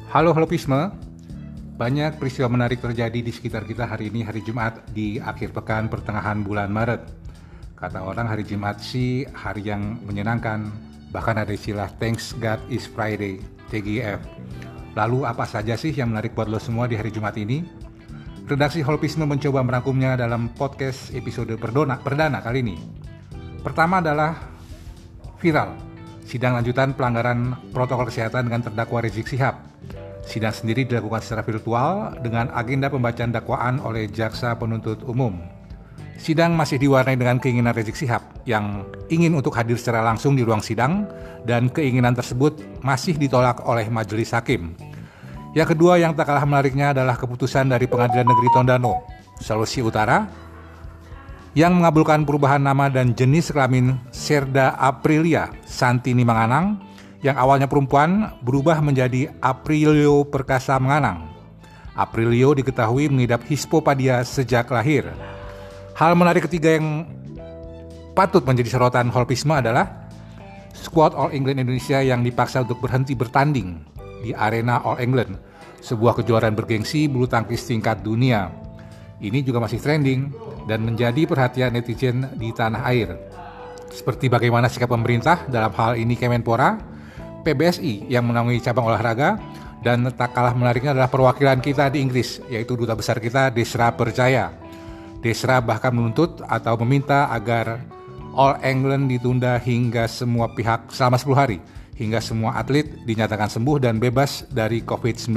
Halo Halopisme, banyak peristiwa menarik terjadi di sekitar kita hari ini, hari Jumat di akhir pekan pertengahan bulan Maret. Kata orang hari Jumat sih hari yang menyenangkan, bahkan ada istilah Thanks God is Friday, TGIF. Lalu apa saja sih yang menarik buat lo semua di hari Jumat ini? Redaksi Halopisme mencoba merangkumnya dalam podcast episode perdana kali ini. Pertama adalah viral, sidang lanjutan pelanggaran protokol kesehatan dengan terdakwa Rizik Syihab. Sidang sendiri dilakukan secara virtual dengan agenda pembacaan dakwaan oleh jaksa penuntut umum. Sidang masih diwarnai dengan keinginan Rizik Syihab yang ingin untuk hadir secara langsung di ruang sidang dan keinginan tersebut masih ditolak oleh majelis hakim. Yang kedua yang tak kalah menariknya adalah keputusan dari Pengadilan Negeri Tondano, Sulawesi Utara yang mengabulkan perubahan nama dan jenis kelamin Serda Aprilia Santini Manganang yang awalnya perempuan berubah menjadi Aprilio Perkasa Manganang. Aprilio diketahui mengidap hispopadia sejak lahir. Hal menarik ketiga yang patut menjadi sorotan Halopisme adalah skuad All England Indonesia yang dipaksa untuk berhenti bertanding di arena All England, sebuah kejuaraan bergengsi bulu tangkis tingkat dunia. Ini juga masih trending dan menjadi perhatian netizen di tanah air. Seperti bagaimana sikap pemerintah dalam hal ini Kemenpora, PBSI yang menaungi cabang olahraga, dan tak kalah menariknya adalah perwakilan kita di Inggris, yaitu duta besar kita Desra Percaya. Desra bahkan menuntut atau meminta agar All England ditunda hingga semua pihak selama 10 hari, hingga semua atlet dinyatakan sembuh dan bebas dari COVID-19.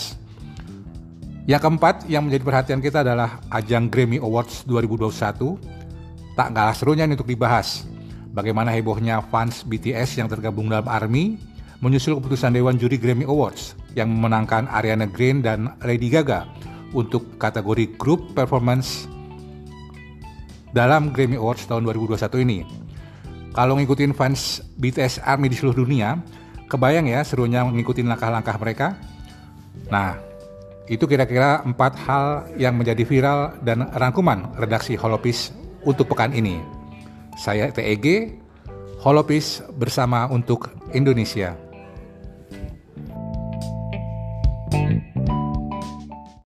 Yang keempat yang menjadi perhatian kita adalah ajang Grammy Awards 2021. Tak kalah serunya untuk dibahas. Bagaimana hebohnya fans BTS yang tergabung dalam ARMY menyusul keputusan Dewan Juri Grammy Awards yang memenangkan Ariana Grande dan Lady Gaga untuk kategori Group Performance dalam Grammy Awards tahun 2021 ini. Kalau ngikutin fans BTS ARMY di seluruh dunia, kebayang ya serunya ngikutin langkah-langkah mereka? Nah, itu kira-kira 4 hal yang menjadi viral dan rangkuman redaksi Holopis untuk pekan ini. Saya TEG, Holopis bersama untuk Indonesia.